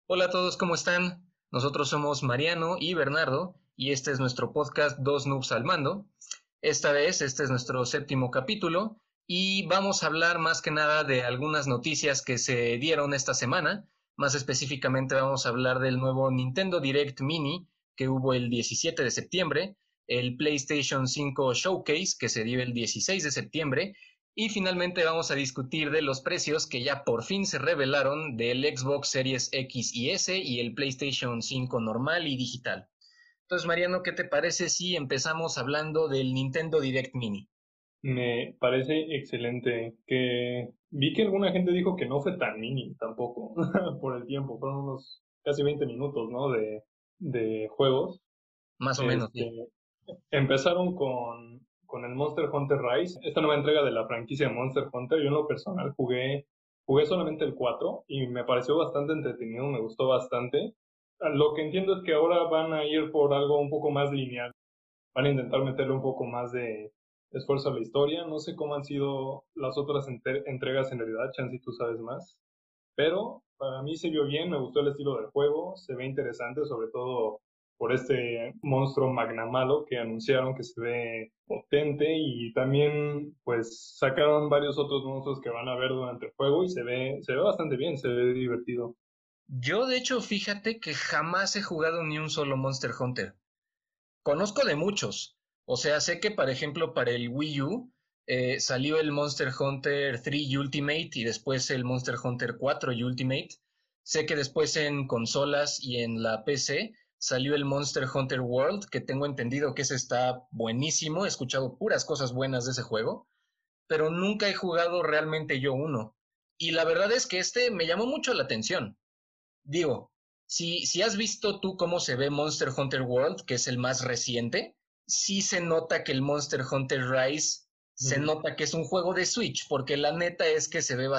Hola a todos, ¿cómo están? Nosotros somos Mariano y Bernardo y este es nuestro podcast Dos Noobs al Mando. Esta vez, este es nuestro séptimo capítulo y vamos a hablar más que nada de algunas noticias que se dieron esta semana. Más específicamente vamos a hablar del nuevo Nintendo Direct Mini que hubo el 17 de septiembre, el PlayStation 5 Showcase que se dio el 16 de septiembre y finalmente vamos a discutir de los precios que ya por fin se revelaron del Xbox Series X y S y el PlayStation 5 normal y digital. Entonces, Mariano, ¿qué te parece si empezamos hablando del Nintendo Direct Mini? Me parece excelente que vi que alguna gente dijo que no fue tan mini tampoco por el tiempo, fueron unos casi 20 minutos, ¿no? De juegos. Más o menos, sí. Este, empezaron con el Monster Hunter Rise, esta nueva entrega de la franquicia de Monster Hunter. Yo en lo personal jugué solamente el 4 y me pareció bastante entretenido, me gustó bastante. Lo que entiendo es que ahora van a ir por algo un poco más lineal, van a intentar meterle un poco más de esfuerzo a la historia. No sé cómo han sido las otras entregas en realidad, chance si tú sabes más, pero para mí se vio bien, me gustó el estilo del juego, se ve interesante, sobre todo por este monstruo magnamalo que anunciaron, que se ve potente, y también pues sacaron varios otros monstruos que van a ver durante el juego y se ve bastante bien, se ve divertido. Yo, de hecho, fíjate que jamás he jugado ni un solo Monster Hunter. Conozco de muchos. O sea, sé que, por ejemplo, para el Wii U salió el Monster Hunter 3 Ultimate y después el Monster Hunter 4 Ultimate. Sé que después en consolas y en la PC salió el Monster Hunter World, que tengo entendido que ese está buenísimo. He escuchado puras cosas buenas de ese juego, pero nunca he jugado realmente yo uno. Y la verdad es que este me llamó mucho la atención. Digo, si has visto tú cómo se ve Monster Hunter World, que es el más reciente, sí se nota que el Monster Hunter Rise se Ujú. nota que es un juego de Switch, porque la neta es que se ve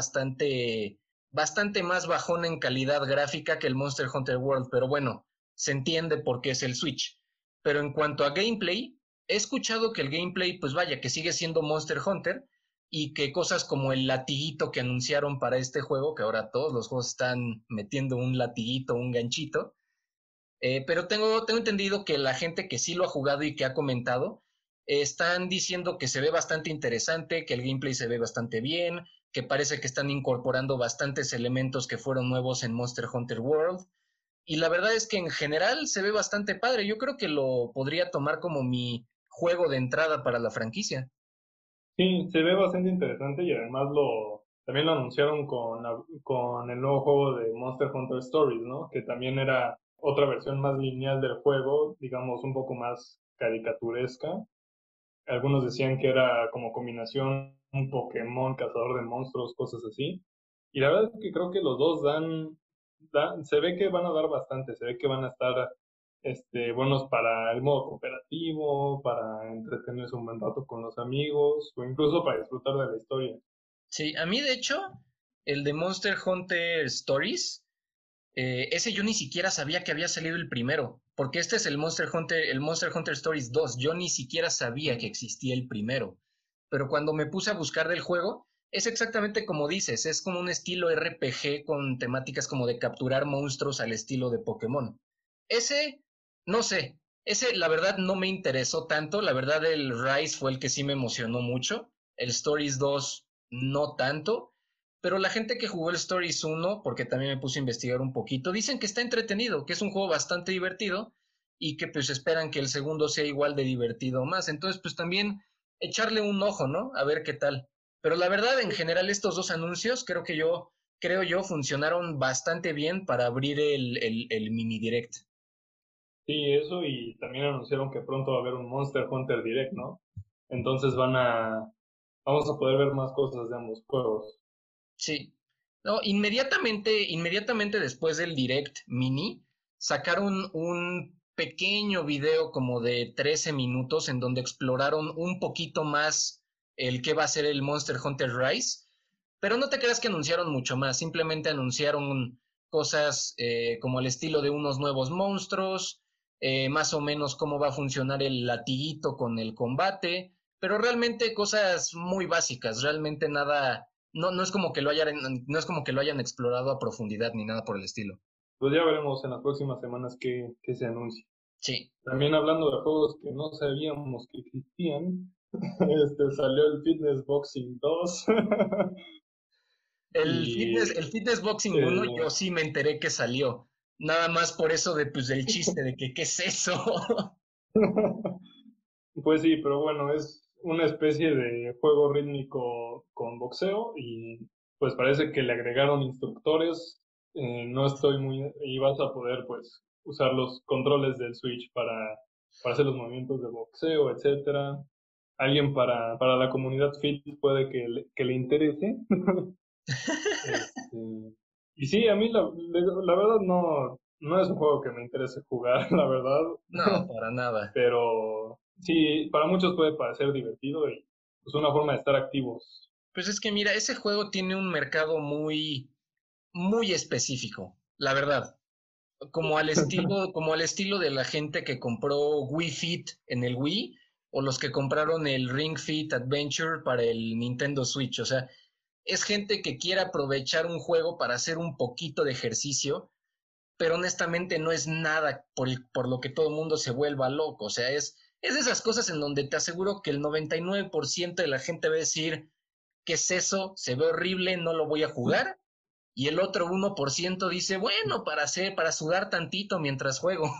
bastante más bajón en calidad gráfica que el Monster Hunter World, pero bueno, se entiende por qué es el Switch. Pero en cuanto a gameplay, he escuchado que el gameplay, pues vaya, que sigue siendo Monster Hunter, y que cosas como el latiguito que anunciaron para este juego, que ahora todos los juegos están metiendo un latiguito, un ganchito, pero tengo entendido que la gente que sí lo ha jugado y que ha comentado, están diciendo que se ve bastante interesante, que el gameplay se ve bastante bien, que parece que están incorporando bastantes elementos que fueron nuevos en Monster Hunter World. Y la verdad es que en general se ve bastante padre. Yo creo que lo podría tomar como mi juego de entrada para la franquicia. Sí, se ve bastante interesante y además también lo anunciaron con el nuevo juego de Monster Hunter Stories, ¿no? Que también era otra versión más lineal del juego, digamos un poco más caricaturesca. Algunos decían que era como combinación un Pokémon, cazador de monstruos, cosas así. Y la verdad es que creo que los dos se ve que van a dar bastante, se ve que van a estar buenos para el modo cooperativo, para entretenerse un buen rato con los amigos o incluso para disfrutar de la historia. Sí, a mí de hecho, el de Monster Hunter Stories, ese yo ni siquiera sabía que había salido el primero, porque este es el Monster Hunter Stories 2. Yo ni siquiera sabía que Mm. existía el primero. Pero cuando me puse a buscar del juego, es exactamente como dices, es como un estilo RPG con temáticas como de capturar monstruos al estilo de Pokémon. Ese, no sé, ese la verdad no me interesó tanto, la verdad el Rise fue el que sí me emocionó mucho, el Stories 2 no tanto, pero la gente que jugó el Stories 1, porque también me puse a investigar un poquito, dicen que está entretenido, que es un juego bastante divertido y que pues esperan que el segundo sea igual de divertido o más. Entonces, pues también echarle un ojo, ¿no? A ver qué tal. Pero la verdad, en general, estos dos anuncios creo yo, funcionaron bastante bien para abrir el mini direct. Sí, eso, y también anunciaron que pronto va a haber un Monster Hunter Direct, ¿no? Entonces vamos a poder ver más cosas de ambos juegos. Sí. No, inmediatamente después del Direct Mini, sacaron un pequeño video como de 13 minutos en donde exploraron un poquito más el que va a ser el Monster Hunter Rise, pero no te creas que anunciaron mucho más, simplemente anunciaron cosas como el estilo de unos nuevos monstruos, más o menos cómo va a funcionar el latiguito con el combate, pero realmente cosas muy básicas, realmente nada, no es como que lo hayan explorado a profundidad ni nada por el estilo. pues ya veremos en las próximas semanas qué se anuncia. Sí. También hablando de juegos que no sabíamos que existían, salió el Fitness Boxing 2 y El Fitness Boxing uno el, yo sí me enteré que salió. Nada más por eso de, pues, del chiste de que, ¿qué es eso? pues sí, pero bueno, es una especie de juego rítmico con boxeo y pues parece que le agregaron instructores. No estoy muy... y vas a poder pues usar los controles del Switch para hacer los movimientos de boxeo, etcétera. Alguien para la comunidad fit puede que le interese. Este, y sí, a mí la verdad no es un juego que me interese jugar, la verdad. No, para nada. Pero sí, para muchos puede parecer divertido y pues una forma de estar activos. Pues es que mira, ese juego tiene un mercado muy específico, la verdad. Como al estilo de la gente que compró Wii Fit en el Wii o los que compraron el Ring Fit Adventure para el Nintendo Switch. O sea, es gente que quiere aprovechar un juego para hacer un poquito de ejercicio, pero honestamente no es nada por lo que todo el mundo se vuelva loco. O sea, es de esas cosas en donde te aseguro que el 99% de la gente va a decir, ¿qué es eso? Se ve horrible, no lo voy a jugar. Y el otro 1% dice, bueno, para sudar tantito mientras juego.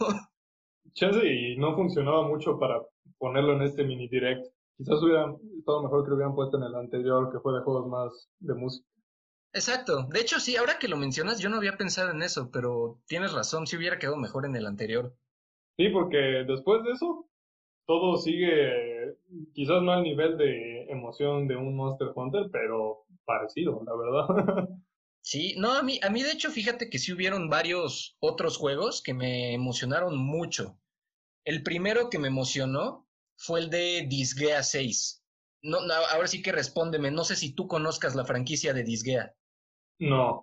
Chance y no funcionaba mucho para ponerlo en este mini direct. Quizás hubiera estado mejor que lo hubieran puesto en el anterior, que fue de juegos más de música. Exacto. De hecho, sí, ahora que lo mencionas, yo no había pensado en eso, pero tienes razón, sí hubiera quedado mejor en el anterior. Sí, porque después de eso, todo sigue, quizás no al nivel de emoción de un Monster Hunter, pero parecido, la verdad. Sí, no, a mí de hecho, fíjate que sí hubieron varios otros juegos que me emocionaron mucho. El primero que me emocionó fue el de Disgaea 6. No, no, ahora sí que respóndeme, no sé si tú conozcas la franquicia de Disgaea. No,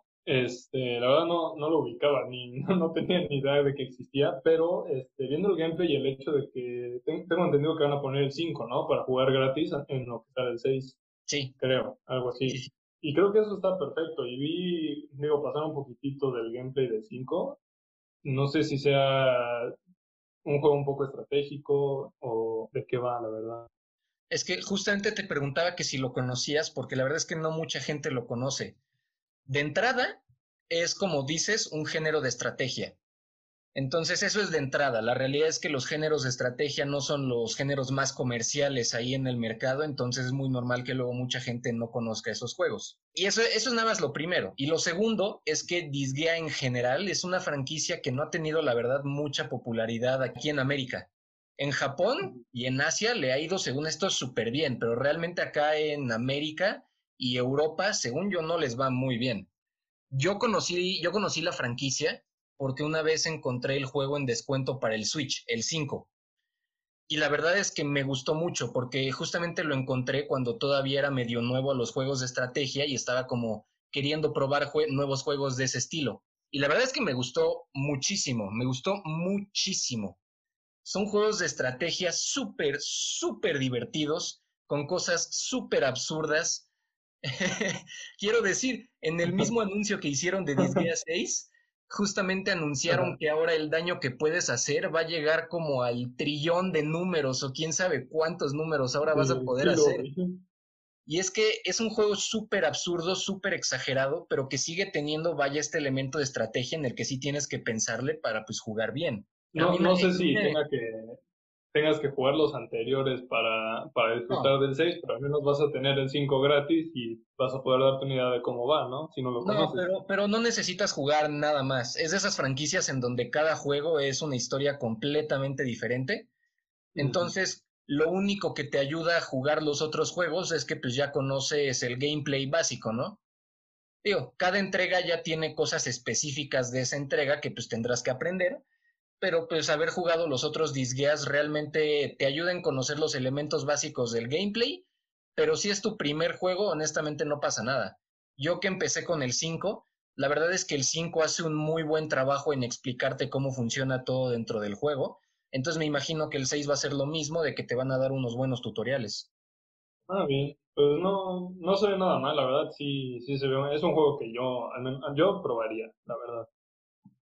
la verdad no lo ubicaba, ni no tenía ni idea de que existía, pero viendo el gameplay y el hecho de que tengo entendido que van a poner el 5, ¿no? Para jugar gratis en lo que sale el 6, Sí, creo, algo sí, así. sí. Y creo que eso está perfecto. Y digo, pasar un poquitito del gameplay del 5. No sé si sea un juego un poco estratégico o de qué va, la verdad. Es que justamente te preguntaba que si lo conocías, porque la verdad es que no mucha gente lo conoce. De entrada, es como dices, un género de estrategia. Entonces, eso es de entrada. La realidad es que los géneros de estrategia no son los géneros más comerciales ahí en el mercado, entonces es muy normal que luego mucha gente no conozca esos juegos. Y eso es nada más lo primero. Y lo segundo es que Disgaea en general es una franquicia que no ha tenido, la verdad, mucha popularidad aquí en América. En Japón y en Asia le ha ido, según esto, súper bien, pero realmente acá en América y Europa, según yo, no les va muy bien. Yo conocí la franquicia porque una vez encontré el juego en descuento para el Switch, el 5. Y la verdad es que me gustó mucho porque justamente lo encontré cuando todavía era medio nuevo a los juegos de estrategia y estaba como queriendo probar nuevos juegos de ese estilo. Y la verdad es que me gustó muchísimo. Son juegos de estrategia súper divertidos, con cosas súper absurdas. Quiero decir, en el mismo anuncio que hicieron de Disgaea 6, justamente anunciaron Ajá. que ahora el daño que puedes hacer va a llegar como al trillón de números o quién sabe cuántos números ahora vas a poder Sí lo hacer. vi. Y es que es un juego súper absurdo, súper exagerado, pero que sigue teniendo, vaya, este elemento de estrategia en el que sí tienes que pensarle para pues jugar bien. A mí No sé a mí si me, tengas que jugar los anteriores para no, disfrutar del 6, pero al menos vas a tener el 5 gratis y vas a poder darte una idea de cómo va, ¿no? Si no lo No, conoces. pero no necesitas jugar nada más. Es de esas franquicias en donde cada juego es una historia completamente diferente. Ujú. Entonces, lo único que te ayuda a jugar los otros juegos es que pues ya conoces el gameplay básico, ¿no? Digo, cada entrega ya tiene cosas específicas de esa entrega que pues tendrás que aprender, pero pues haber jugado los otros disgueas realmente te ayuda en conocer los elementos básicos del gameplay, pero si es tu primer juego, honestamente no pasa nada. Yo que empecé con el 5, la verdad es que el 5 hace un muy buen trabajo en explicarte cómo funciona todo dentro del juego, entonces me imagino que el 6 va a ser lo mismo, de que te van a dar unos buenos tutoriales. Ah, bien. Pues no se ve nada mal, la verdad, sí se ve. Es un juego que yo probaría, la verdad.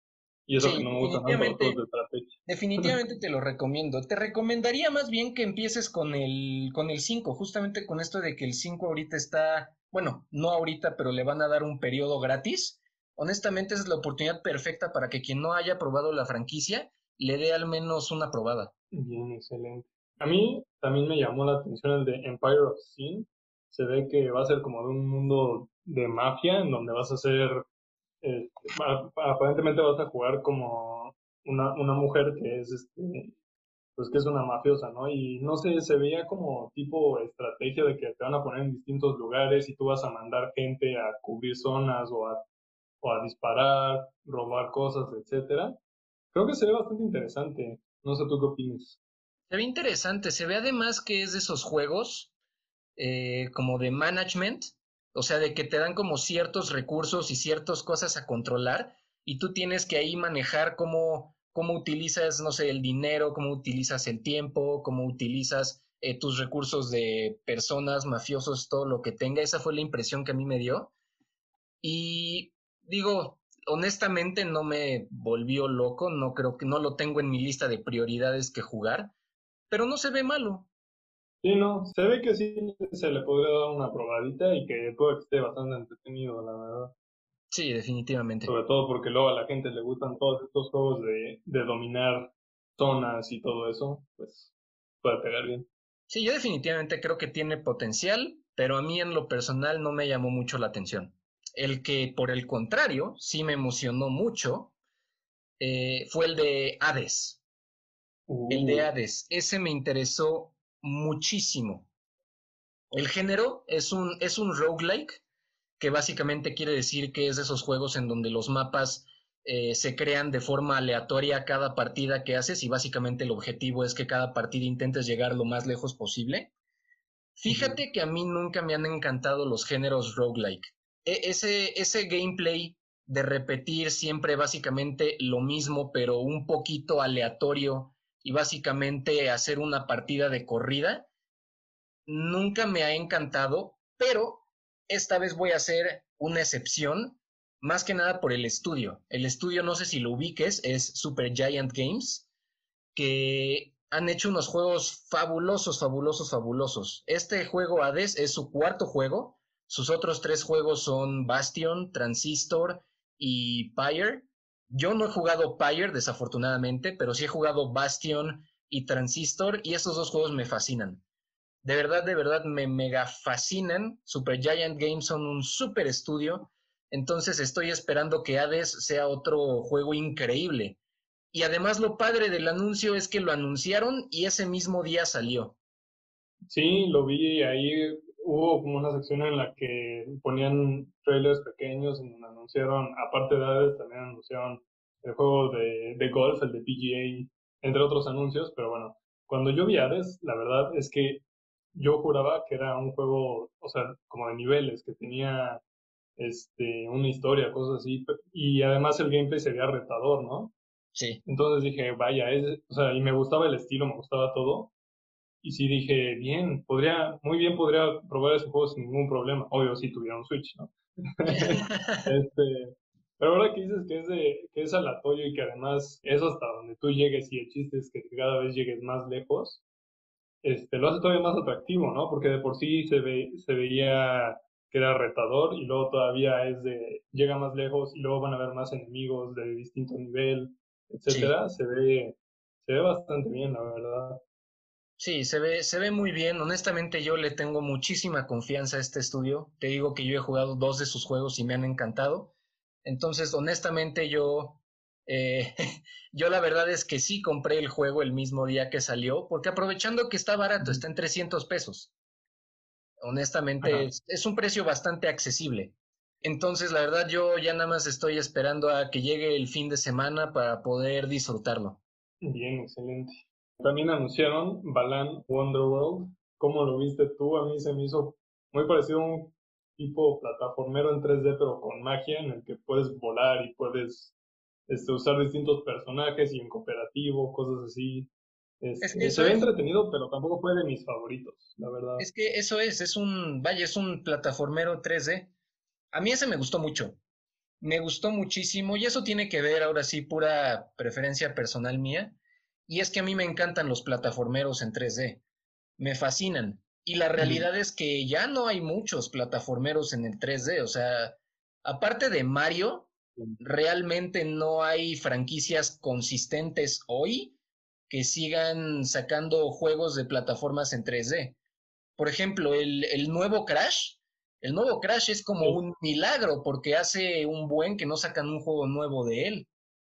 Y eso que Sí, no me gustan tanto los juegos definitivamente, de estrategia. definitivamente te lo recomiendo. Te recomendaría más bien que empieces con el 5, justamente con esto de que el 5 ahorita está, bueno, no ahorita, pero le van a dar un periodo gratis. Honestamente, esa es la oportunidad perfecta para que quien no haya probado la franquicia le dé al menos una probada. Bien, excelente. A mí también me llamó la atención el de Empire of Sin. Se ve que va a ser como de un mundo de mafia en donde vas a ser, aparentemente vas a jugar como una mujer que es pues que es una mafiosa, ¿no? Y no sé, se veía como tipo estrategia de que te van a poner en distintos lugares y tú vas a mandar gente a cubrir zonas o a disparar, robar cosas, etcétera. Creo que se ve bastante interesante. No sé tú qué opinas. Se ve interesante, se ve además que es de esos juegos como de management, o sea, de que te dan como ciertos recursos y ciertas cosas a controlar y tú tienes que ahí manejar cómo utilizas, no sé, el dinero, cómo utilizas el tiempo, cómo utilizas tus recursos de personas, mafiosos, todo lo que tenga. Esa fue la impresión que a mí me dio. Y digo, honestamente no me volvió loco, no creo que no lo tengo en mi lista de prioridades que jugar, pero no se ve malo. Sí, no, se ve que sí se le podría dar una probadita y que puede que esté bastante entretenido, la verdad. Sí, definitivamente. Sobre todo porque luego a la gente le gustan todos estos juegos de dominar zonas y todo eso, pues puede pegar bien. Sí, yo definitivamente creo que tiene potencial, pero a mí en lo personal no me llamó mucho la atención. El que, por el contrario, sí me emocionó mucho fue el de Hades. El de Uh, Hades, ese me interesó muchísimo. El género es un roguelike, que básicamente quiere decir que es de esos juegos en donde los mapas se crean de forma aleatoria cada partida que haces y básicamente el objetivo es que cada partida intentes llegar lo más lejos posible. ujú. Fíjate que a mí nunca me han encantado los géneros roguelike. Ese gameplay de repetir siempre básicamente lo mismo, pero un poquito aleatorio y básicamente hacer una partida de corrida, nunca me ha encantado, pero esta vez voy a hacer una excepción, más que nada por el estudio. El estudio, no sé si lo ubiques, es Super Giant Games, que han hecho unos juegos fabulosos, fabulosos, fabulosos. Este juego Hades es su cuarto juego. Sus otros tres juegos son Bastion, Transistor y Pyre. Yo no he jugado Pyre, desafortunadamente, pero sí he jugado Bastion y Transistor y estos dos juegos me fascinan. De verdad, me mega fascinan. Super Giant Games son un super estudio. Entonces estoy esperando que Hades sea otro juego increíble. Y además lo padre del anuncio es que lo anunciaron y ese mismo día salió. Sí, lo vi ahí. Hubo como una sección en la que ponían trailers pequeños en donde anunciaron, aparte de Hades, también anunciaron el juego de golf, el de PGA, entre otros anuncios. Pero bueno, cuando yo vi Hades, la verdad es que yo juraba que era un juego, o sea, como de niveles, que tenía una historia, cosas así, y además el gameplay sería retador, ¿no? Sí. Entonces dije, vaya, o sea, y me gustaba el estilo, me gustaba todo, y sí dije, bien, muy bien podría probar ese juego sin ningún problema. Obvio, si tuviera un Switch, ¿no? Este, pero ahora que dices que es aleatorio y que además es hasta donde tú llegues y el chiste es que cada vez llegues más lejos, lo hace todavía más atractivo, ¿no? Porque de por sí se veía que era retador y luego todavía llega más lejos y luego van a haber más enemigos de distinto nivel, Sí, etcétera. Se ve bastante bien, la verdad. sí, se ve muy bien. Honestamente, yo le tengo muchísima confianza a este estudio. Te digo que yo he jugado dos de sus juegos y me han encantado. Entonces, honestamente, eh, yo la verdad es que sí compré el juego el mismo día que salió, porque aprovechando que está barato, Ujú. está en $300. Honestamente, Ajá. es un precio bastante accesible. Entonces, la verdad, yo ya nada más estoy esperando a que llegue el fin de semana para poder disfrutarlo. Bien, excelente. También anunciaron Balan Wonderworld. ¿Cómo lo viste tú? A mí se me hizo muy parecido a un tipo plataformero en 3D, pero con magia, en el que puedes volar y puedes usar distintos personajes y en cooperativo, cosas así. Es que Se eso ve es, entretenido, pero tampoco fue de mis favoritos, la verdad. es que eso es un, vaya, es un plataformero 3D. A mí ese me gustó mucho. Me gustó muchísimo y eso tiene que ver, ahora sí, pura preferencia personal mía. Y es que a mí me encantan los plataformeros en 3D, me fascinan. Y la Ujú. realidad es que ya no hay muchos plataformeros en el 3D, o sea, aparte de Mario, realmente no hay franquicias consistentes hoy que sigan sacando juegos de plataformas en 3D. Por ejemplo, el nuevo Crash es como Sí. un milagro porque hace un buen que no sacan un juego nuevo de él.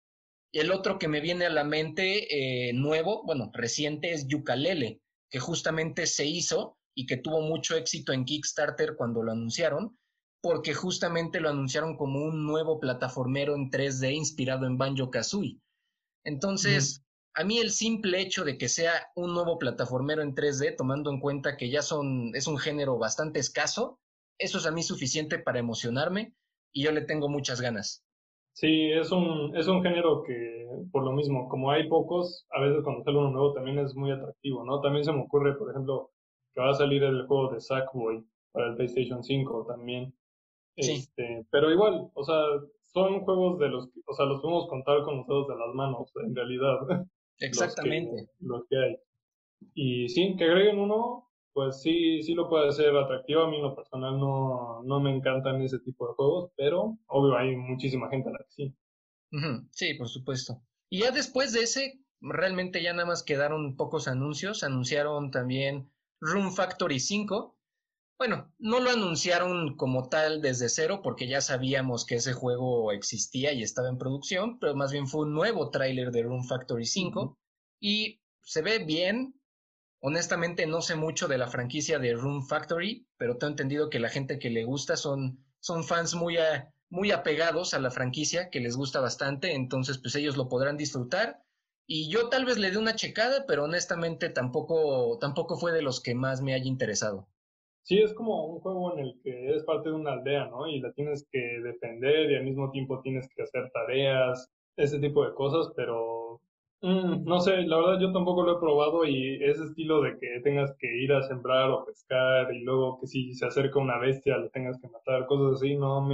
Y el otro que me viene a la mente nuevo, bueno, reciente, es Yooka-Laylee, que justamente se hizo y que tuvo mucho éxito en Kickstarter cuando lo anunciaron, porque justamente lo anunciaron como un nuevo plataformero en 3D inspirado en Banjo-Kazooie. Ujú. Entonces, a mí el simple hecho de que sea un nuevo plataformero en 3D, tomando en cuenta que es un género bastante escaso, eso es a mí suficiente para emocionarme y yo le tengo muchas ganas. Sí, es un género que, por lo mismo, como hay pocos, a veces cuando sale uno nuevo también es muy atractivo, ¿no? También se me ocurre, por ejemplo, que va a salir el juego de Sackboy para el PlayStation 5 también. Sí, Pero igual, o sea, son juegos o sea, los podemos contar con los dedos de las manos, en realidad, los que, exactamente. los que hay. Y sí, que agreguen uno, pues sí, sí lo puede hacer atractivo. A mí en lo personal no me encantan ese tipo de juegos, pero obvio hay muchísima gente a la que sí. Ujú, sí, por supuesto. Y ya después de ese, realmente ya nada más quedaron pocos anuncios. Anunciaron también Room Factory 5. Bueno, no lo anunciaron como tal desde cero porque ya sabíamos que ese juego existía y estaba en producción, pero más bien fue un nuevo tráiler de Room Factory Ujú. 5 y se ve bien. Honestamente no sé mucho de la franquicia de Room Factory, pero tengo entendido que la gente que le gusta son fans muy apegados a la franquicia, que les gusta bastante, entonces pues ellos lo podrán disfrutar. Y yo tal vez le dé una checada, pero honestamente tampoco fue de los que más me haya interesado. Sí, es como un juego en el que eres parte de una aldea, ¿no? Y la tienes que defender y al mismo tiempo tienes que hacer tareas, ese tipo de cosas, pero no sé, la verdad yo tampoco lo he probado y ese estilo de que tengas que ir a sembrar o pescar y luego que si se acerca una bestia lo tengas que matar, cosas así,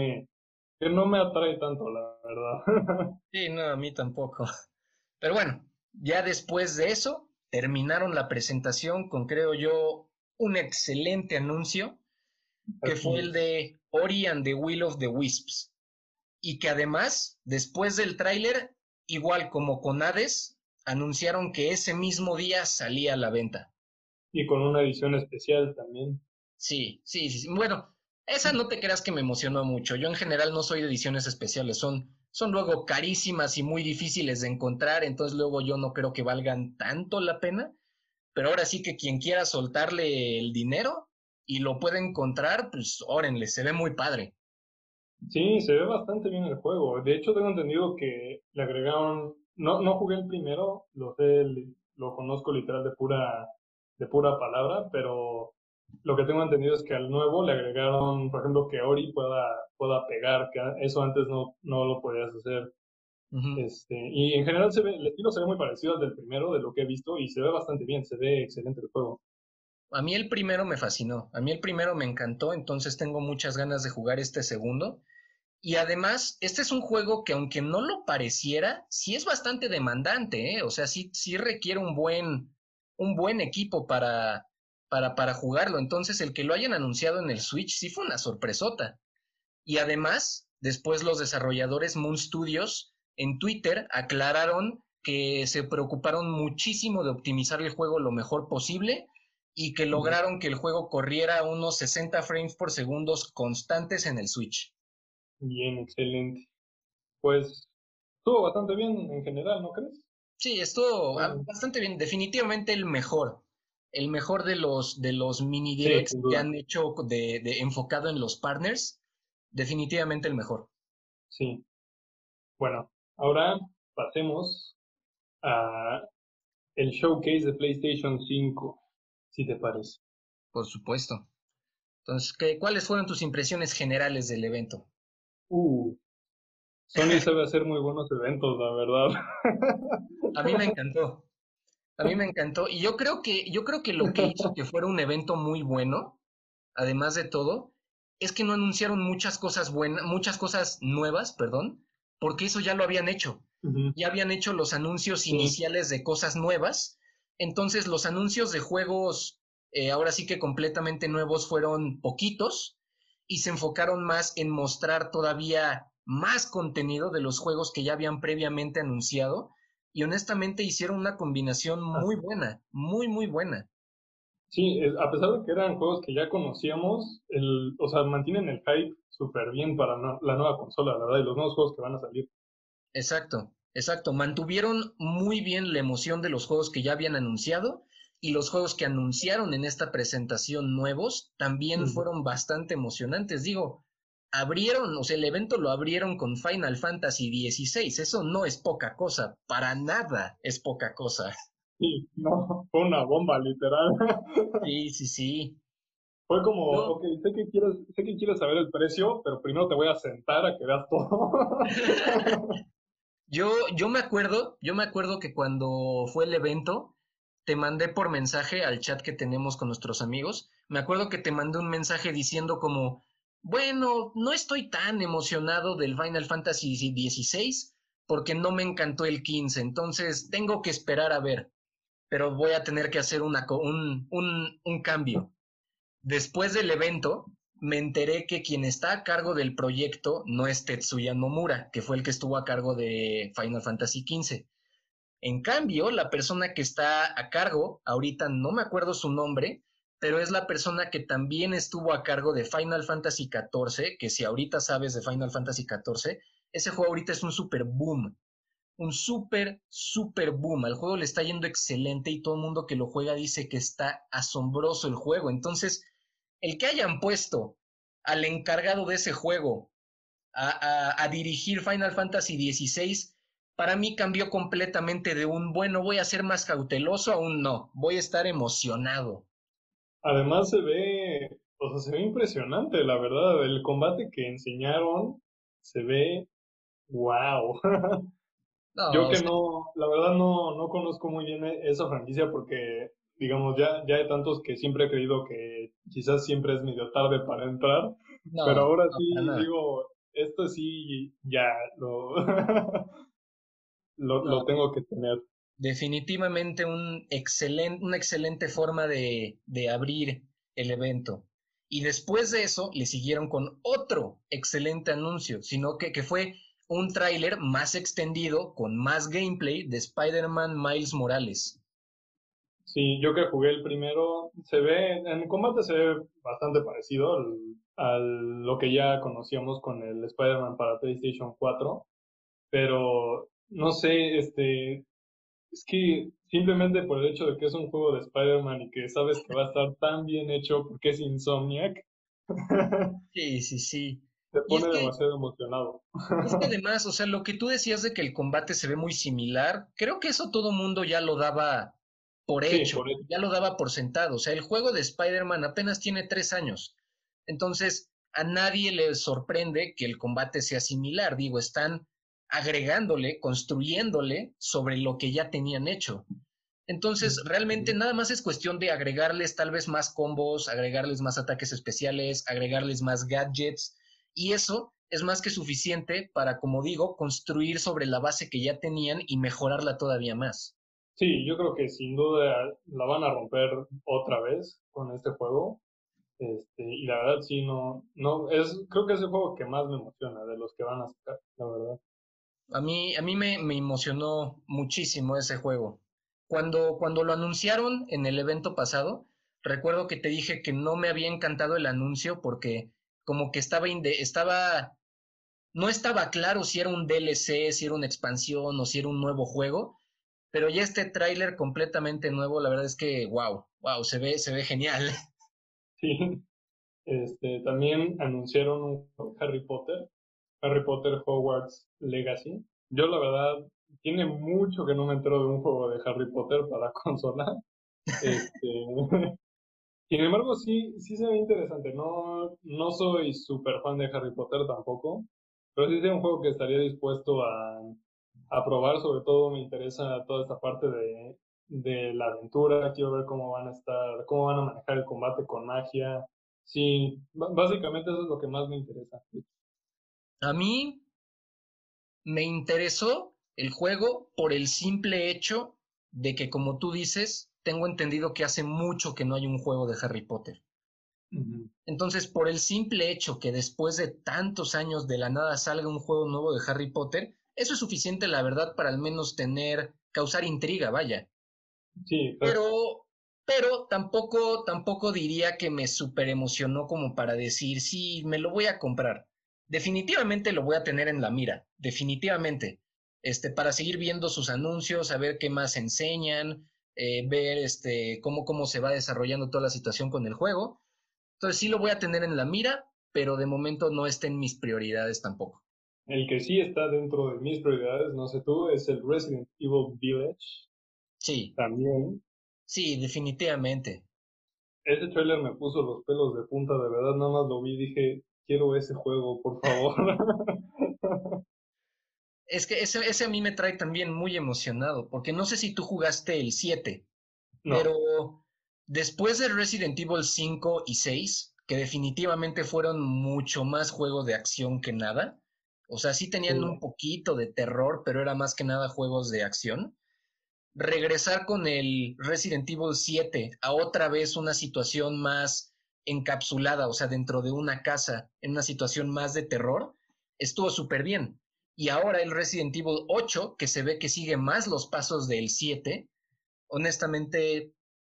que no me atrae tanto, la verdad. Sí, no, a mí tampoco. Pero bueno, ya después de eso, terminaron la presentación con, creo yo, un excelente anuncio que Así fue el es. de Ori and the Will of the Wisps. Y que además, después del tráiler, igual como con Hades, anunciaron que ese mismo día salía a la venta. Y con una edición especial también. Sí, sí, sí, sí. Bueno, esa no te creas que me emocionó mucho. Yo en general no soy de ediciones especiales, son luego carísimas y muy difíciles de encontrar, entonces luego yo no creo que valgan tanto la pena. Pero ahora sí que quien quiera soltarle el dinero y lo puede encontrar, pues órenle, se ve muy padre. Sí, se ve bastante bien el juego. De hecho, tengo entendido que le agregaron, no jugué el primero, lo conozco literal de pura palabra, pero lo que tengo entendido es que al nuevo le agregaron, por ejemplo, que Ori pueda pegar, que eso antes no lo podías hacer. Ujú. Y en general el estilo se ve muy parecido al del primero, de lo que he visto, y se ve bastante bien, se ve excelente el juego. A mí el primero me fascinó, a mí el primero me encantó, entonces tengo muchas ganas de jugar este segundo. Y además, este es un juego que aunque no lo pareciera, sí es bastante demandante, ¿eh? O sea, sí requiere un buen equipo para jugarlo. Entonces, el que lo hayan anunciado en el Switch sí fue una sorpresota. Y además, después los desarrolladores Moon Studios en Twitter aclararon que se preocuparon muchísimo de optimizar el juego lo mejor posible y que Ujú. lograron que el juego corriera a unos 60 frames por segundo constantes en el Switch. Bien, excelente. Pues estuvo bastante bien en general, ¿no crees? Sí, estuvo Bueno, bastante bien, definitivamente el mejor de los mini sí, directs sin que duda. han hecho enfocado en los partners, definitivamente el mejor, Sí. Bueno, ahora pasemos a el showcase de PlayStation 5, si te parece. por supuesto. Entonces, ¿cuáles fueron tus impresiones generales del evento? Uh, Sony sabe hacer muy buenos eventos, la verdad. A mí me encantó, a mí me encantó, y yo creo que lo que hizo que fuera un evento muy bueno, además de todo, es que no anunciaron muchas cosas buenas, muchas cosas nuevas, perdón, porque eso ya lo habían hecho. Ujú. Ya habían hecho los anuncios Sí, iniciales de cosas nuevas. Entonces los anuncios de juegos, ahora sí que completamente nuevos, fueron poquitos y se enfocaron más en mostrar todavía más contenido de los juegos que ya habían previamente anunciado. Y honestamente hicieron una combinación muy así. buena, muy, muy buena. Sí, a pesar de que eran juegos que ya conocíamos, o sea, mantienen el hype súper bien para la nueva consola, la verdad, y los nuevos juegos que van a salir. Exacto, exacto. Mantuvieron muy bien la emoción de los juegos que ya habían anunciado y los juegos que anunciaron en esta presentación nuevos también Ujú. fueron bastante emocionantes. Digo, abrieron, o sea, el evento lo abrieron con Final Fantasy XVI. Eso no es poca cosa, para nada es poca cosa. Sí, no, fue una bomba, literal. Sí, sí, sí. Fue como, Yo, ok, sé que quieres saber el precio, pero primero te voy a sentar a que veas todo. yo me acuerdo que cuando fue el evento, te mandé por mensaje al chat que tenemos con nuestros amigos. Me acuerdo que te mandé un mensaje diciendo como, bueno, no estoy tan emocionado del Final Fantasy XVI porque no me encantó el 15, entonces tengo que esperar a ver, pero voy a tener que hacer un cambio. Después del evento, me enteré que quien está a cargo del proyecto no es Tetsuya Nomura, que fue el que estuvo a cargo de Final Fantasy XV. En cambio, la persona que está a cargo, ahorita no me acuerdo su nombre, pero es la persona que también estuvo a cargo de Final Fantasy XIV, que si ahorita sabes de Final Fantasy XIV, ese juego ahorita es un super boom, un super, super boom. Al juego le está yendo excelente y todo el mundo que lo juega dice que está asombroso el juego. Entonces, el que hayan puesto al encargado de ese juego a dirigir Final Fantasy XVI, para mí cambió completamente de un bueno, voy a ser más cauteloso a un no, voy a estar emocionado. Además o sea, se ve impresionante, la verdad. El combate que enseñaron se ve wow. Yo No, o que sea, no, la verdad no conozco muy bien esa franquicia porque, digamos, ya hay tantos que siempre he creído que quizás siempre es medio tarde para entrar, pero no, ahora no, para sí nada. digo, esto sí ya lo, No, lo tengo que tener. definitivamente una excelente forma de abrir el evento. Y después de eso le siguieron con otro excelente anuncio, sino que fue un tráiler más extendido con más gameplay de Spider-Man Miles Morales. Sí, yo que jugué el primero, en el combate se ve bastante parecido a lo que ya conocíamos con el Spider-Man para PlayStation 4, pero no sé, es que simplemente por el hecho de que es un juego de Spider-Man y que sabes que va a estar tan bien hecho porque es Insomniac, Sí, sí, sí. te Y pone demasiado emocionado. es que además, o sea, lo que tú decías de que el combate se ve muy similar, creo que eso todo mundo ya lo daba por Sí, hecho, por eso. ya lo daba por sentado. O sea, el juego de Spider-Man apenas tiene 3 años. Entonces, a nadie le sorprende que el combate sea similar. Digo, están agregándole, construyéndole sobre lo que ya tenían hecho. Entonces, realmente Sí. nada más es cuestión de agregarles tal vez más combos, agregarles más ataques especiales, agregarles más gadgets, y eso es más que suficiente para, como digo, construir sobre la base que ya tenían y mejorarla todavía más. Sí, yo creo que sin duda la van a romper otra vez con este juego. Y la verdad sí, creo que es el juego que más me emociona de los que van a sacar, la verdad. A mí me emocionó muchísimo ese juego. Cuando lo anunciaron en el evento pasado, recuerdo que te dije que no me había encantado el anuncio porque como que no estaba claro si era un DLC, si era una expansión o si era un nuevo juego, pero ya este tráiler completamente nuevo, la verdad es que wow, wow, se ve genial. Sí, también anunciaron un juego de Harry Potter Hogwarts Legacy. Yo la verdad, tiene mucho que no me entero de un juego de Harry Potter para consola. Este, sin embargo, sí se ve interesante. No soy súper fan de Harry Potter tampoco, pero sí es un juego que estaría dispuesto a probar. Sobre todo me interesa toda esta parte de la aventura. Quiero ver cómo van a manejar el combate con magia. Sí, básicamente eso es lo que más me interesa. A mí me interesó el juego por el simple hecho de que, como tú dices, tengo entendido que hace mucho que no hay un juego de Harry Potter. Ujú. Entonces, por el simple hecho que después de tantos años de la nada salga un juego nuevo de Harry Potter, eso es suficiente, la verdad, para al menos causar intriga, vaya. Sí, exacto. Pero tampoco diría que me super emocionó como para decir, sí, me lo voy a comprar. Definitivamente lo voy a tener en la mira, definitivamente. Para seguir viendo sus anuncios, a ver qué más enseñan, ver cómo se va desarrollando toda la situación con el juego. Entonces sí lo voy a tener en la mira, pero de momento no está en mis prioridades tampoco. El que sí está dentro de mis prioridades, no sé tú, es el Resident Evil Village. Sí, También. sí, definitivamente. Ese tráiler me puso los pelos de punta, de verdad, nada más lo vi y dije, quiero ese juego, por favor. Es que ese a mí me trae también muy emocionado, porque no sé si tú jugaste el 7, No. pero después de Resident Evil 5 y 6, que definitivamente fueron mucho más juegos de acción que nada, o sea, sí tenían un Sí. poquito de terror, pero era más que nada juegos de acción. Regresar con el Resident Evil 7 a otra vez una situación más encapsulada, o sea, dentro de una casa, en una situación más de terror, estuvo súper bien. Y ahora el Resident Evil 8, que se ve que sigue más los pasos del 7, honestamente,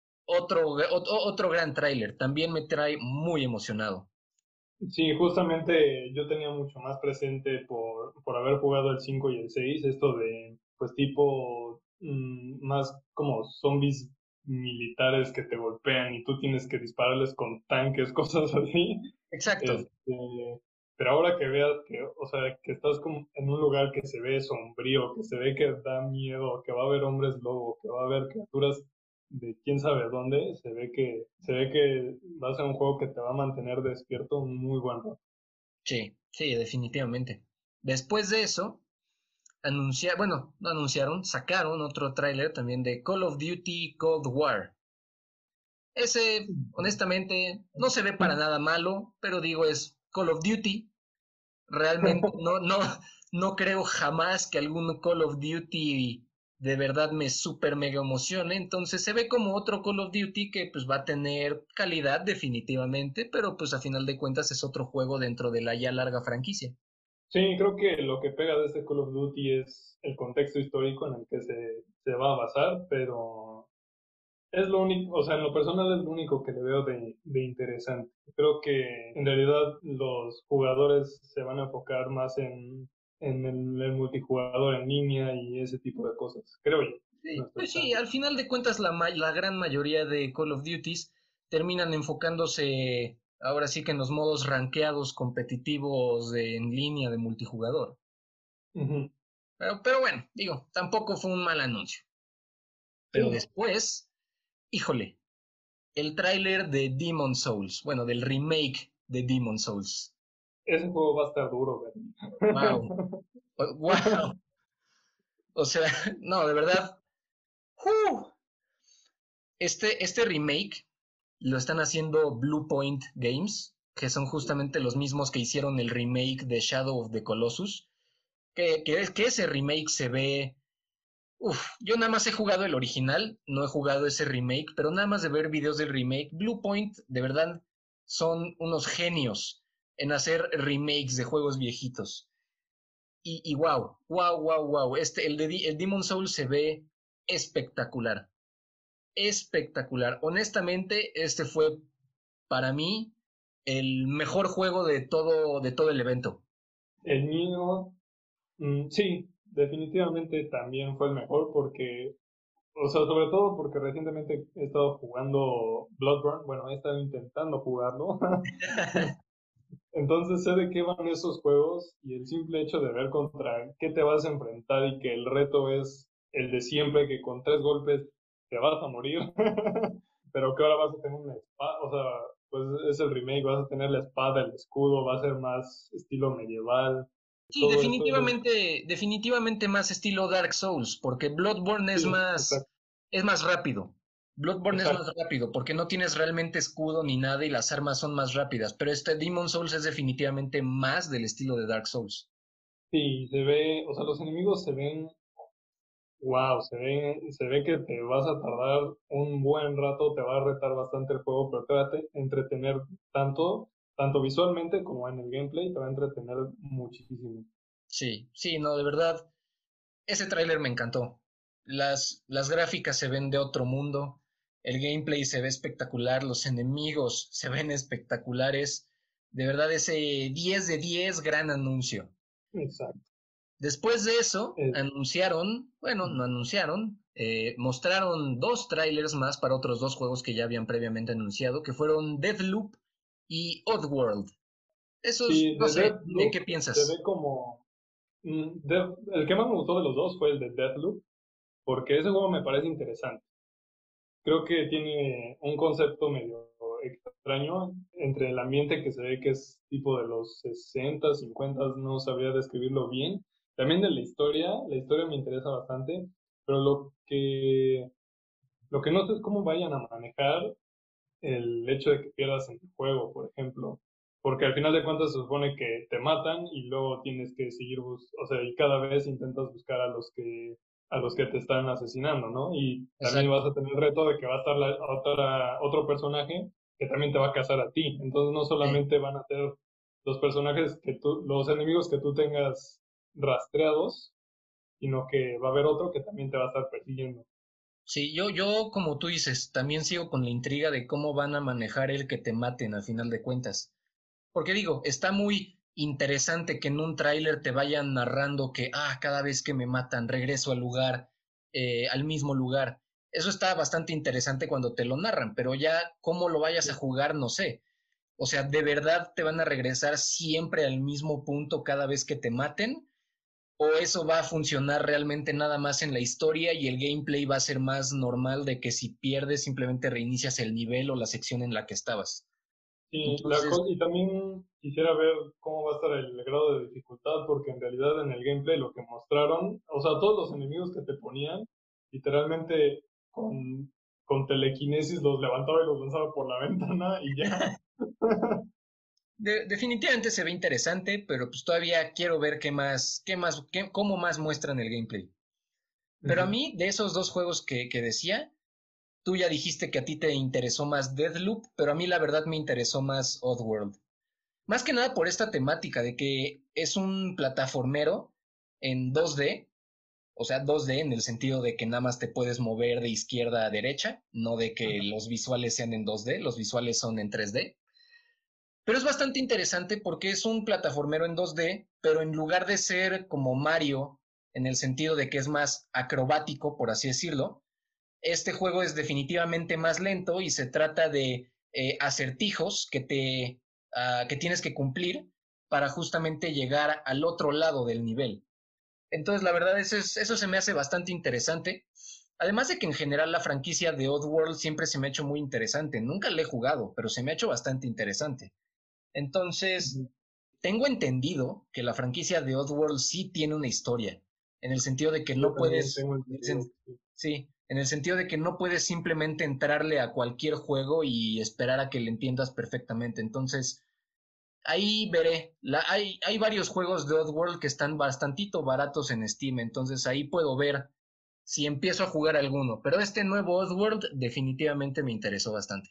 otro gran tráiler, también me trae muy emocionado. Sí, justamente yo tenía mucho más presente por haber jugado el 5 y el 6 esto de, pues tipo, más como zombies militares que te golpean y tú tienes que dispararles con tanques, cosas así. Exacto. Pero ahora que veas que, o sea, que estás como en un lugar que se ve sombrío, que se ve que da miedo, que va a haber hombres lobo, que va a haber criaturas de quién sabe dónde, se ve que va a ser un juego que te va a mantener despierto un muy buen rato. Sí, sí, definitivamente. Después de eso, no anunciaron, sacaron otro tráiler también de Call of Duty Cold War. Ese, honestamente, no se ve para nada malo, pero digo, es Call of Duty. Realmente no creo jamás que algún Call of Duty de verdad me super mega emocione. Entonces se ve como otro Call of Duty que pues va a tener calidad definitivamente, pero pues a final de cuentas es otro juego dentro de la ya larga franquicia. Sí, creo que lo que pega de este Call of Duty es el contexto histórico en el que se va a basar, pero es lo único, o sea, en lo personal es lo único que le veo de interesante. Creo que en realidad los jugadores se van a enfocar más en el multijugador en línea y ese tipo de cosas, creo yo. No Sí, estoy pues tan sí, al final de cuentas la gran mayoría de Call of Duties terminan enfocándose ahora sí que en los modos rankeados competitivos en línea de multijugador. Ujú. Pero bueno, digo, tampoco fue un mal anuncio. Sí, Pero no. después, híjole, el tráiler de Demon Souls, bueno, del remake de Demon Souls. Ese juego va a estar duro, güey. Wow, wow. O sea, no, de verdad. ¡uh! Este remake lo están haciendo Blue Point Games, que son justamente los mismos que hicieron el remake de Shadow of the Colossus. Que ese remake se ve. Uf, yo nada más he jugado el original, no he jugado ese remake, pero nada más de ver videos del remake, Blue Point de verdad son unos genios en hacer remakes de juegos viejitos. Y wow, wow, wow, wow. El Demon Soul se ve espectacular, espectacular. Honestamente, este fue para mí el mejor juego de todo el evento. El mío, sí, definitivamente también fue el mejor porque, o sea, sobre todo porque recientemente he estado jugando Bloodborne, bueno, he estado intentando jugarlo. Entonces sé de qué van esos juegos y el simple hecho de ver contra qué te vas a enfrentar y que el reto es el de siempre, que con 3 golpes te vas a morir, pero que ahora vas a tener una espada, o sea, pues es el remake, vas a tener la espada, el escudo, va a ser más estilo medieval, Sí, todo esto, definitivamente más estilo Dark Souls, porque Bloodborne sí, exacto. es más rápido. Bloodborne es más Exacto. rápido porque no tienes realmente escudo ni nada y las armas son más rápidas, pero este Demon Souls es definitivamente más del estilo de Dark Souls. Sí, se ve, o sea, los enemigos se ven, wow, se ve que te vas a tardar un buen rato, te va a retar bastante el juego, pero te va a entretener tanto visualmente como en el gameplay, te va a entretener muchísimo. Sí, sí, no, de verdad, ese tráiler me encantó. Las gráficas se ven de otro mundo, el gameplay se ve espectacular, los enemigos se ven espectaculares. De verdad, ese 10 de 10 gran anuncio. Exacto. Después de eso, Eh, anunciaron, bueno, no anunciaron, mostraron dos trailers más para otros dos juegos que ya habían previamente anunciado, que fueron Deathloop y Oddworld. Esos, sí, no de sé, dime, Deathloop ¿qué se ve piensas? como... el que más me gustó de los dos fue el de Deathloop, porque ese juego me parece interesante. Creo que tiene un concepto medio extraño entre el ambiente que se ve que es tipo de los 60, 50, no sabría describirlo bien. También de la historia me interesa bastante, pero lo que no sé es cómo vayan a manejar el hecho de que pierdas en el juego, por ejemplo. Porque al final de cuentas se supone que te matan y luego tienes que seguir, o sea, y cada vez intentas buscar a los que te están asesinando, ¿no? Y también vas Exacto. a tener el reto de que va a estar otro personaje que también te va a cazar a ti. Entonces no Sí. solamente van a ser los personajes los enemigos que tú tengas rastreados, sino que va a haber otro que también te va a estar persiguiendo. Sí, yo, como tú dices, también sigo con la intriga de cómo van a manejar el que te maten al final de cuentas. Porque digo, está muy interesante que en un tráiler te vayan narrando que, cada vez que me matan, regreso al lugar, al mismo lugar. Eso está bastante interesante cuando te lo narran, pero ya cómo lo vayas a jugar, no sé. O sea, ¿de verdad te van a regresar siempre al mismo punto cada vez que te maten? ¿O eso va a funcionar realmente nada más en la historia y el gameplay va a ser más normal de que si pierdes simplemente reinicias el nivel o la sección en la que estabas? Sí, Entonces, y también quisiera ver cómo va a estar el grado de dificultad, porque en realidad en el gameplay lo que mostraron, o sea, todos los enemigos que te ponían, literalmente con telequinesis los levantaba y los lanzaba por la ventana y ya. definitivamente se ve interesante, pero pues todavía quiero ver cómo más muestran el gameplay. Pero a Ujú. mí, de esos dos juegos que decía, tú ya dijiste que a ti te interesó más Deathloop, pero a mí la verdad me interesó más Oddworld. Más que nada por esta temática de que es un plataformero en 2D, o sea, 2D en el sentido de que nada más te puedes mover de izquierda a derecha, no de que Ajá. los visuales sean en 2D, los visuales son en 3D. Pero es bastante interesante porque es un plataformero en 2D, pero en lugar de ser como Mario, en el sentido de que es más acrobático, por así decirlo, este juego es definitivamente más lento y se trata de acertijos que tienes que cumplir para justamente llegar al otro lado del nivel. Entonces, la verdad, eso se me hace bastante interesante. Además de que en general la franquicia de Oddworld siempre se me ha hecho muy interesante. Nunca la he jugado, pero se me ha hecho bastante interesante. Entonces, Ujú. tengo entendido que la franquicia de Oddworld sí tiene una historia, en el sentido de que Yo no también puedes, tengo entendido que sí. sí, en el sentido de que no puedes simplemente entrarle a cualquier juego y esperar a que le entiendas perfectamente. Entonces, ahí veré. Hay varios juegos de Oddworld que están bastantito baratos en Steam, entonces ahí puedo ver si empiezo a jugar alguno. Pero este nuevo Oddworld definitivamente me interesó bastante.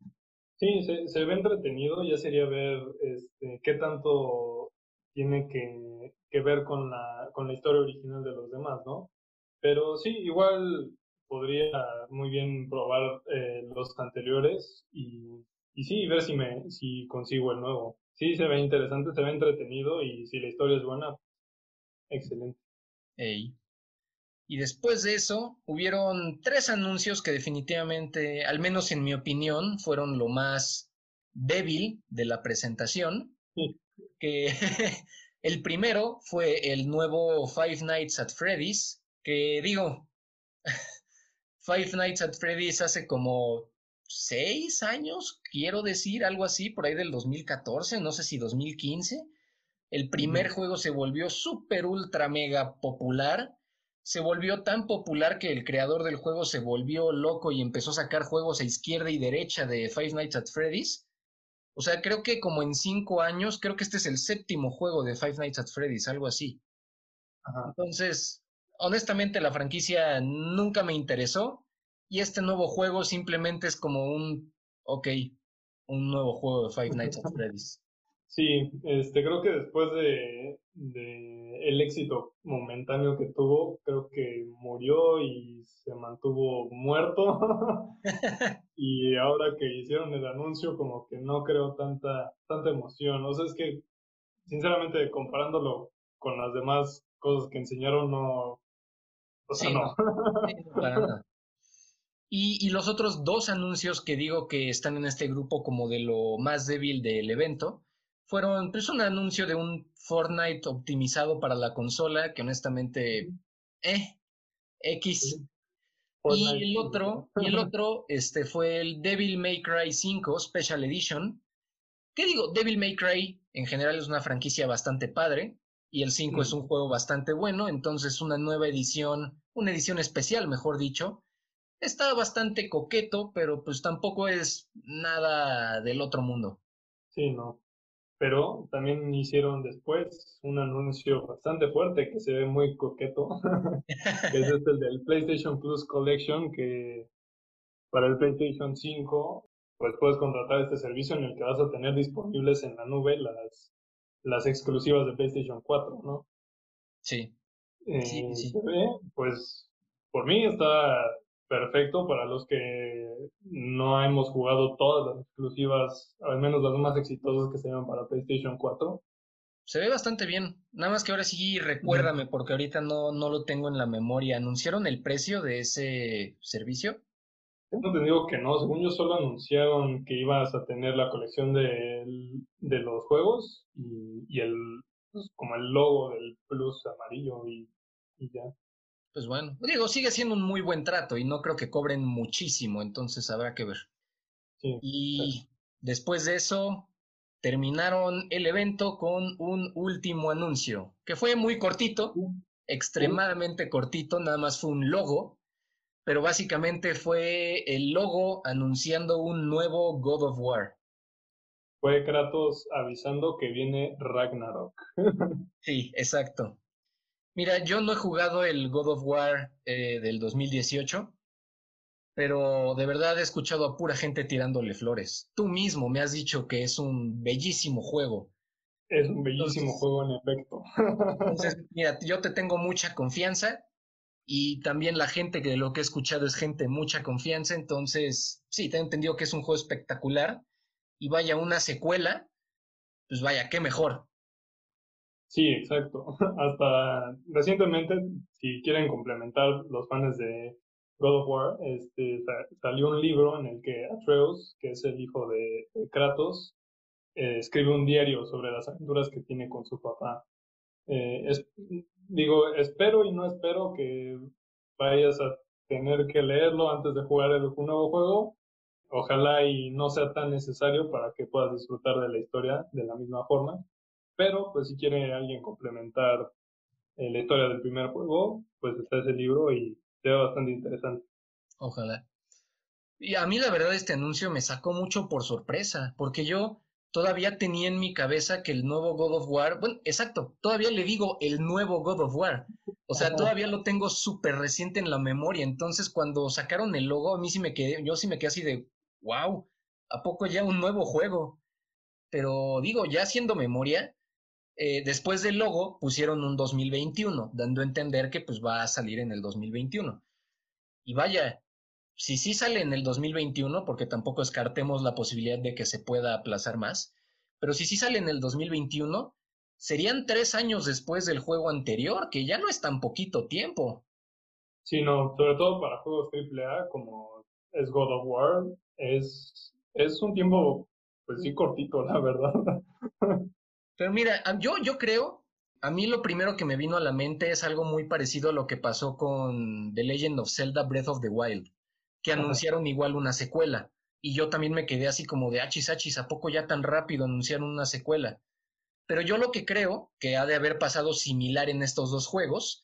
Sí, se ve entretenido, ya sería ver qué tanto tiene que ver con la historia original de los demás, ¿no? Pero sí, igual podría muy bien probar los anteriores y sí, ver si consigo el nuevo. Sí, se ve interesante, se ve entretenido y si la historia es buena, excelente. Ey. Y después de eso, hubieron tres anuncios que definitivamente, al menos en mi opinión, fueron lo más débil de la presentación. Sí, Que el primero fue el nuevo Five Nights at Freddy's, que digo, Five Nights at Freddy's hace como 6 años, quiero decir, algo así, por ahí del 2014, no sé si 2015. El primer ujú, juego se volvió súper ultra mega popular. se volvió tan popular que el creador del juego se volvió loco y empezó a sacar juegos a izquierda y derecha de Five Nights at Freddy's. O sea, creo que como en 5 años, creo que este es el séptimo juego de Five Nights at Freddy's, algo así. Ajá. Entonces, honestamente, la franquicia nunca me interesó y este nuevo juego simplemente es como ok, un nuevo juego de Five Nights at Freddy's. Sí, creo que después de el éxito momentáneo que tuvo, creo que murió y se mantuvo muerto. Y ahora que hicieron el anuncio, como que no creo tanta emoción. O sea, es que, sinceramente, comparándolo con las demás cosas que enseñaron, no, o sea, Sí, no. no, sí, no, para nada. Y los otros dos anuncios que digo que están en este grupo como de lo más débil del evento fueron pues un anuncio de un Fortnite optimizado para la consola que honestamente, eh, X. Fortnite. Y el otro fue el Devil May Cry 5 Special Edition. ¿Qué digo? Devil May Cry en general es una franquicia bastante padre y el 5 es un juego bastante bueno, entonces una nueva edición, una edición especial, mejor dicho. Está bastante coqueto, pero pues tampoco es nada del otro mundo. Sí, no. Pero también hicieron después un anuncio bastante fuerte que se ve muy coqueto, que es el del PlayStation Plus Collection, que para el PlayStation 5 pues puedes contratar este servicio en el que vas a tener disponibles en la nube las exclusivas de PlayStation 4, ¿no? Sí, sí, sí. Se ve, pues por mí está perfecto para los que no hemos jugado todas las exclusivas, al menos las más exitosas que se llaman para PlayStation 4. Se ve bastante bien. Nada más que ahora sí Ujú. recuérdame, porque ahorita no lo tengo en la memoria. ¿Anunciaron el precio de ese servicio? Tengo entendido que no, según yo solo anunciaron que ibas a tener la colección de los juegos y pues, como el logo del Plus amarillo y ya. Pues bueno, digo, sigue siendo un muy buen trato y no creo que cobren muchísimo, entonces habrá que ver. Sí, exacto. Y después de eso, terminaron el evento con un último anuncio, que fue muy cortito, Sí, extremadamente cortito, nada más fue un logo, pero básicamente fue el logo anunciando un nuevo God of War. fue Kratos avisando que viene Ragnarok. Sí, exacto. Mira, yo no he jugado el God of War del 2018, pero de verdad he escuchado a pura gente tirándole flores. Tú mismo me has dicho que es un bellísimo juego. Es un bellísimo Entonces, juego en efecto. mira, yo te tengo mucha confianza y también la gente que de lo que he escuchado es gente de mucha confianza. Entonces, sí, te he entendido que es un juego espectacular y vaya una secuela, pues vaya, qué mejor. Sí, exacto. Hasta recientemente, si quieren complementar los fans de God of War, salió un libro en el que Atreus, que es el hijo de Kratos, escribe un diario sobre las aventuras que tiene con su papá. Digo, espero y no espero que vayas a tener que leerlo antes de jugar un nuevo juego. Ojalá y no sea tan necesario para que puedas disfrutar de la historia de la misma forma. Pero, pues, si quiere alguien complementar la historia del primer juego, pues está ese libro y se ve bastante interesante. Ojalá. Y a mí la verdad este anuncio me sacó mucho por sorpresa, porque yo todavía tenía en mi cabeza que el nuevo God of War, bueno, exacto, todavía le digo el nuevo God of War, o sea, todavía lo tengo súper reciente en la memoria, entonces cuando sacaron el logo, a mí sí me quedé, yo sí me quedé así de, wow, ¿a poco ya un nuevo juego? Pero digo, ya haciendo memoria, después del logo pusieron un 2021, dando a entender que pues va a salir en el 2021. Y vaya, si sí sale en el 2021, porque tampoco descartemos la posibilidad de que se pueda aplazar más, pero si sí sale en el 2021, serían 3 años después del juego anterior, que ya no es tan poquito tiempo. Sí, no, sobre todo para juegos AAA como es God of War, es un tiempo, pues sí, cortito, la verdad. Pero mira, yo creo, a mí lo primero que me vino a la mente es algo muy parecido a lo que pasó con The Legend of Zelda Breath of the Wild, que Ajá. anunciaron igual una secuela. Y yo también me quedé así como de achis, achis, ¿a poco ya tan rápido anunciaron una secuela? Pero yo lo que creo que ha de haber pasado similar en estos dos juegos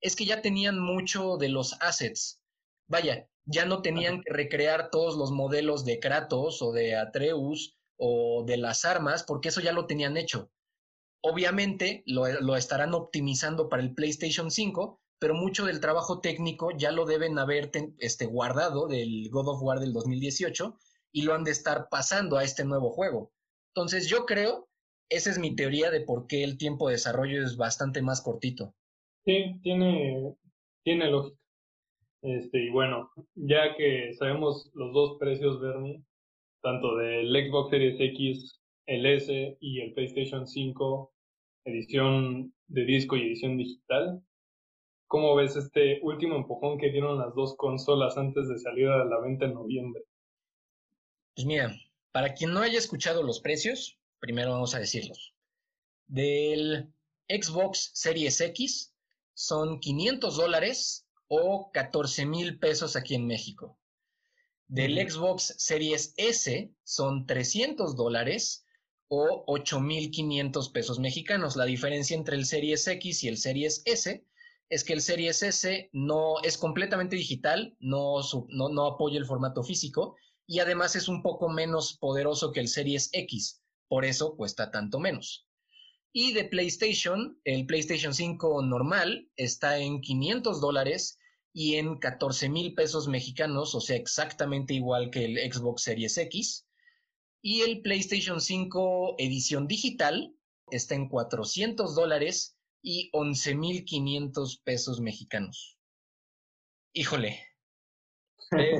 es que ya tenían mucho de los assets. Vaya, ya no tenían que recrear todos los modelos de Kratos o de Atreus o de las armas, porque eso ya lo tenían hecho. Obviamente lo estarán optimizando para el PlayStation 5, pero mucho del trabajo técnico ya lo deben haber guardado del God of War del 2018 y lo han de estar pasando a este nuevo juego. Entonces yo creo, esa es mi teoría de por qué el tiempo de desarrollo es bastante más cortito. Sí, tiene lógica. Y bueno, ya que sabemos los dos precios, Bernie, tanto del Xbox Series X, el S y el PlayStation 5, edición de disco y edición digital, ¿cómo ves este último empujón que dieron las dos consolas antes de salir a la venta en noviembre? Pues mira, para quien no haya escuchado los precios, primero vamos a decirlos. Del Xbox Series X son $500 o 14,000 pesos aquí en México. Del Ujú. Xbox Series S son $300 o 8,500 pesos mexicanos. La diferencia entre el Series X y el Series S es que el Series S no es completamente digital, no apoya el formato físico y además es un poco menos poderoso que el Series X, por eso cuesta tanto menos. Y de PlayStation, el PlayStation 5 normal está en $500 y en 14,000 pesos mexicanos, o sea, exactamente igual que el Xbox Series X. Y el PlayStation 5 edición digital está en $400 y 11,500 pesos mexicanos. Híjole, eh,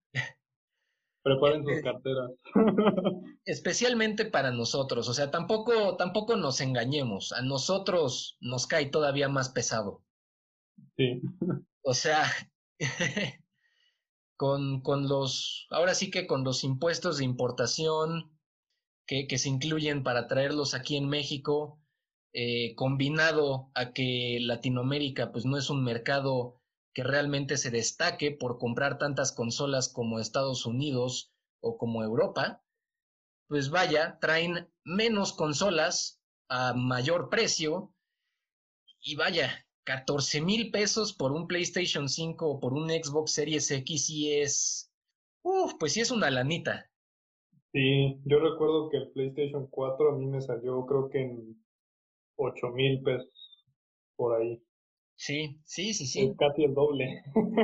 Preparen sus eh, carteras. especialmente para nosotros, o sea, tampoco nos engañemos, a nosotros nos cae todavía más pesado. Sí, O sea, ahora sí que con los impuestos de importación que se incluyen para traerlos aquí en México, combinado a que Latinoamérica pues no es un mercado que realmente se destaque por comprar tantas consolas como Estados Unidos o como Europa, pues vaya, traen menos consolas a mayor precio y vaya, 14,000 pesos por un PlayStation 5 o por un Xbox Series X y pues sí es una lanita. sí, yo recuerdo que el PlayStation 4 a mí me salió creo que en 8,000 pesos por ahí. Sí, sí, sí, Es sí. casi el doble.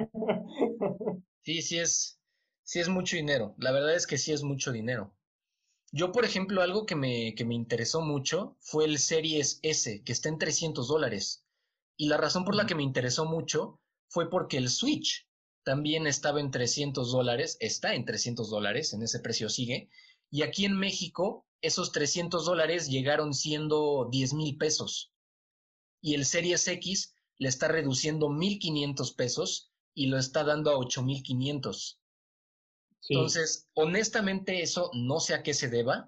Sí, sí es mucho dinero. La verdad es que sí es mucho dinero. Yo, por ejemplo, algo que me interesó mucho fue el Series S, que está en $300. Y la razón por la que me interesó mucho fue porque el Switch también estaba en $300, está en $300, en ese precio sigue. Y aquí en México, esos $300 llegaron siendo 10,000 pesos. Y el Series X le está reduciendo 1,500 pesos y lo está dando a 8,500. Sí, Entonces, honestamente, eso no sé a qué se deba.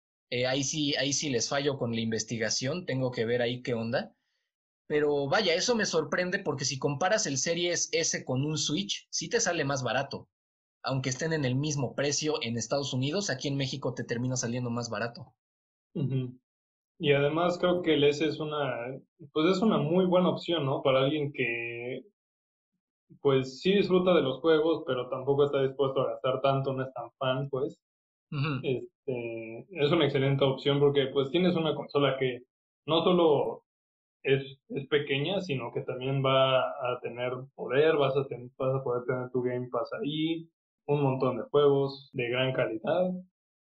Ahí sí les fallo con la investigación, tengo que ver ahí qué onda. Pero vaya, eso me sorprende porque si comparas el Series S con un Switch, sí te sale más barato. Aunque estén en el mismo precio en Estados Unidos, aquí en México te termina saliendo más barato. ujú. Y además creo que el S pues es una muy buena opción, ¿no? Para alguien que, pues sí disfruta de los juegos, pero tampoco está dispuesto a gastar tanto, no es tan fan, pues. Ujú. Es una excelente opción porque pues tienes una consola que no solo es pequeña, sino que también va a tener poder, vas a poder tener tu Game Pass ahí, un montón de juegos de gran calidad.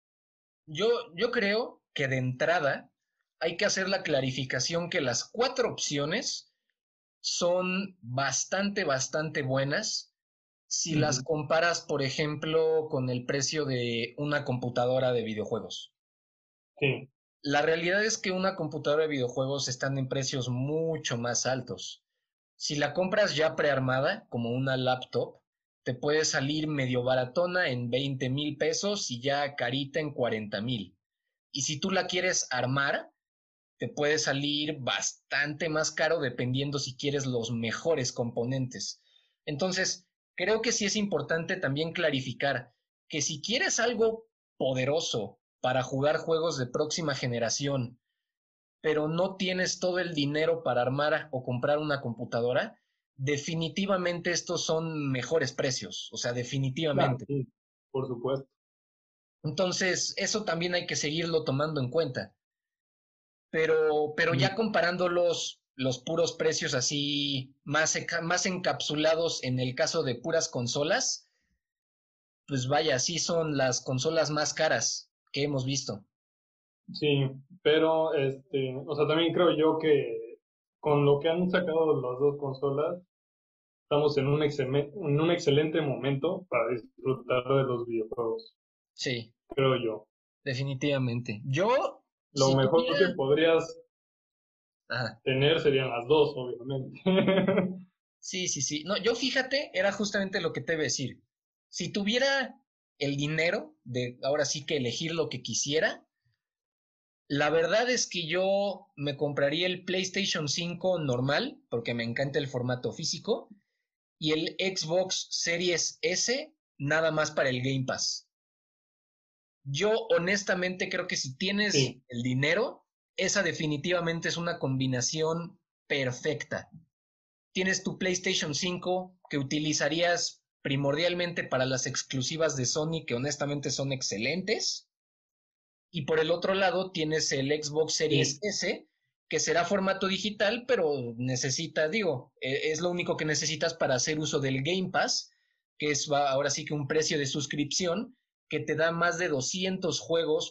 Yo creo que de entrada hay que hacer la clarificación que las cuatro opciones son bastante buenas si las Ujú. comparas, por ejemplo, con el precio de una computadora de videojuegos. Sí, La realidad es que una computadora de videojuegos están en precios mucho más altos. Si la compras ya prearmada, como una laptop, te puede salir medio baratona en 20,000 pesos y ya carita en 40,000. Y si tú la quieres armar, te puede salir bastante más caro dependiendo si quieres los mejores componentes. Entonces, creo que sí es importante también clarificar que si quieres algo poderoso para jugar juegos de próxima generación, pero no tienes todo el dinero para armar o comprar una computadora, definitivamente estos son mejores precios, o sea, Claro, definitivamente. sí, por supuesto. Entonces, eso también hay que seguirlo tomando en cuenta. Pero Mm, ya comparando los puros precios así más encapsulados en el caso de puras consolas, pues vaya, sí son las consolas más caras que hemos visto. sí, pero o sea, también creo yo que con lo que han sacado las dos consolas, estamos en un excelente momento para disfrutar de los videojuegos, Sí, creo yo. definitivamente. Yo, Lo si mejor que tuviera... podrías Ajá, tener serían las dos, obviamente. sí, sí, sí. No, yo fíjate, era justamente lo que te iba a decir. Si tuviera el dinero de ahora sí que elegir lo que quisiera, la verdad es que yo me compraría el PlayStation 5 normal, porque me encanta el formato físico, y el Xbox Series S nada más para el Game Pass. Yo honestamente creo que si tienes Sí, el dinero, esa definitivamente es una combinación perfecta. Tienes tu PlayStation 5 que utilizarías primordialmente para las exclusivas de Sony, que honestamente son excelentes. Y por el otro lado tienes el Xbox Series sí, S, que será formato digital, pero necesita, digo, es lo único que necesitas para hacer uso del Game Pass, que es ahora sí que un precio de suscripción que te da más de 200 juegos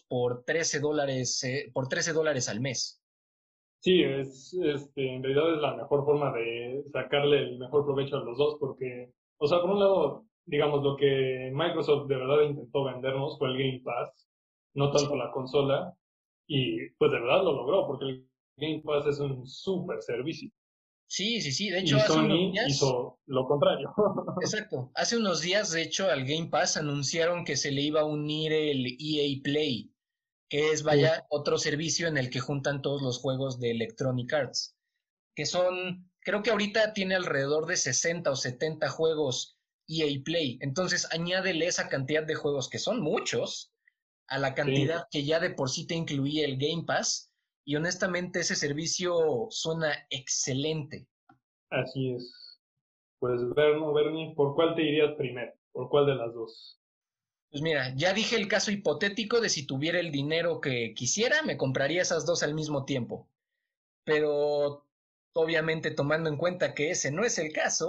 por $13 al mes. sí, en realidad es la mejor forma de sacarle el mejor provecho a los dos, porque, o sea, por un lado, digamos, lo que Microsoft de verdad intentó vendernos fue el Game Pass, no Sí, tanto la consola, y pues de verdad lo logró, porque el Game Pass es un súper servicio, sí, sí, sí. De hecho, y hace unos Sony días, hizo lo contrario. exacto, hace unos días, de hecho, al Game Pass anunciaron que se le iba a unir el EA Play, que es, Sí, vaya, otro servicio en el que juntan todos los juegos de Electronic Arts, que son, creo que ahorita tiene alrededor de 60 o 70 juegos EA Play. Entonces, añádele esa cantidad de juegos, que son muchos, a la sí, cantidad que ya de por sí te incluía el Game Pass, y honestamente ese servicio suena excelente. así es. Pues, Bernie, ¿por cuál te irías primero? ¿Por cuál de las dos? Pues mira, ya dije el caso hipotético de si tuviera el dinero que quisiera, me compraría esas dos al mismo tiempo. Pero obviamente tomando en cuenta que ese no es el caso,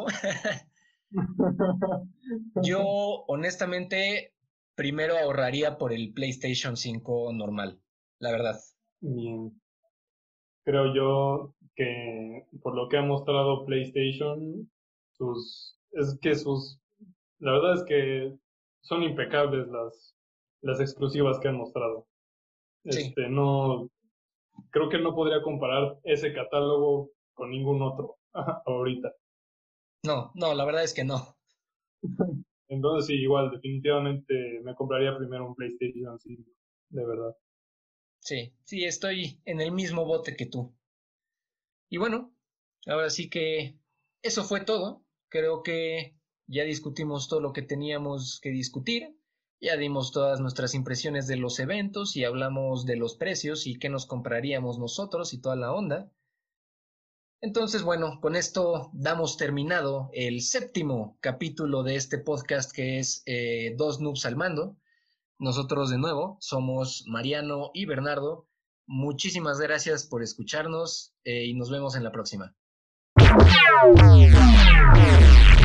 yo honestamente primero ahorraría por el PlayStation 5 normal, la verdad. Bien. Creo yo que por lo que ha mostrado PlayStation, la verdad es que son impecables las exclusivas que han mostrado. Sí, No, creo que no podría comparar ese catálogo con ningún otro ahorita. no, no, la verdad es que no. Entonces sí, igual, definitivamente me compraría primero un PlayStation 5, de verdad. Sí, sí, estoy en el mismo bote que tú. Y bueno, ahora sí que eso fue todo. Creo que ya discutimos todo lo que teníamos que discutir. Ya dimos todas nuestras impresiones de los eventos y hablamos de los precios y qué nos compraríamos nosotros y toda la onda. Entonces, bueno, con esto damos terminado el séptimo capítulo de este podcast que es Dos Noobs al Mando. Nosotros de nuevo somos Mariano y Bernardo. Muchísimas gracias por escucharnos y nos vemos en la próxima.